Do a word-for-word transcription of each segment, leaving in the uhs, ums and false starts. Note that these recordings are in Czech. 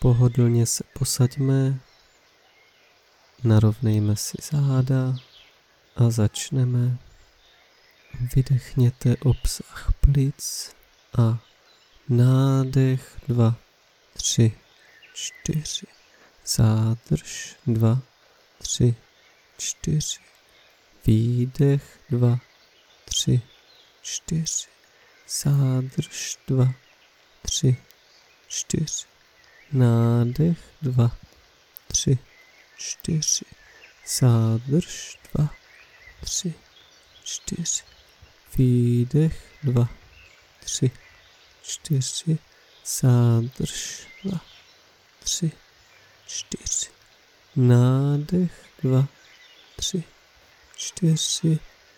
Pohodlně se posaďme, narovnejme si záda a začneme. Vydechněte obsah plic a nádech dva, tři, čtyři. Zádrž dva, tři, čtyři. Výdech dva, tři, čtyři. Zádrž dva, tři, čtyři. Nádech dva, tři, čtyři. Zádrž dva, tři, čtyři. Výdech dva, tři, čtyři. Zádrž dva, tři, čtyři. Nádech dva, tři, čtyři.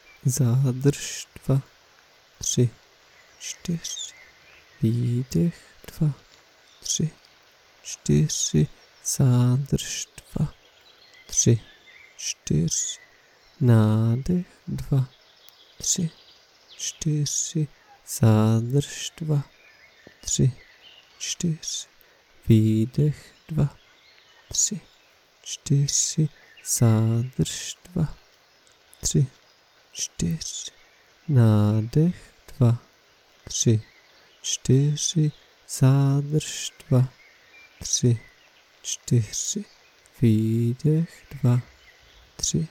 Zádrž dva, tři, čtyři. Výdech dva, tři, čtyři. Zádrž dva, tři, čtyři. Nádech dva, tři, čtyři. Zádrž dva, tři, čtyři. Výdech dva, tři, čtyři. Zádrž dva, tři, čtyři. Nádech dva, tři, čtyři. Zádrž dva, tři, čtyři. Výdech dva, tři,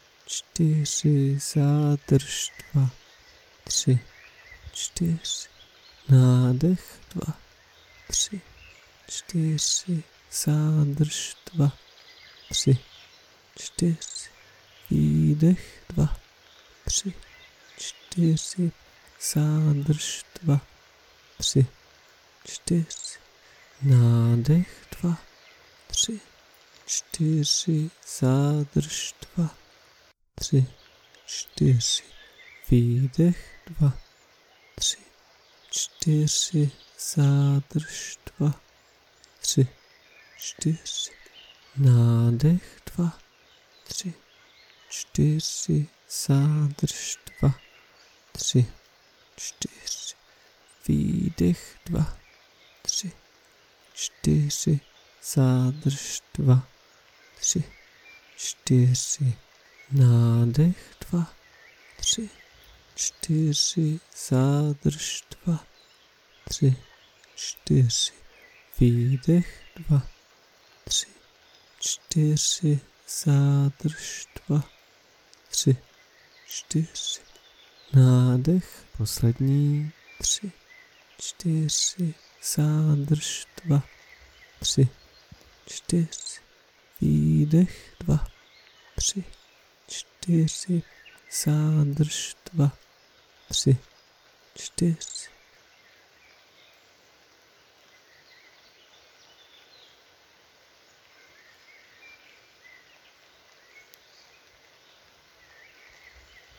čtyři. Zádrž dva, tři, čtyři. Nádech dva, tři, čtyři. Zádrž dva, tři, čtyři. Výdech dva, tři, čtyři. Zádrž dva, tři, čtyři. Nádech dva, tři, čtyři. Zádrž dva, tři, čtyři. Výdech dva, tři, čtyři. Zádrž dva, tři, čtyři. Nádech dva, tři, čtyři. Zádrž dva, tři, čtyři. Výdech dva, tři, čtyři. Zádrž dva, tři, čtyři. Nádech dva, tři, čtyři. Zádrž dva, tři, čtyři. Výdech dva, tři, čtyři. Zádrž dva, tři, čtyři. Nádech poslední, tři, čtyři. Zádrž dva, tři, čtyři. Výdech dva, tři, čtyři. Zádrž dva, tři, čtyři.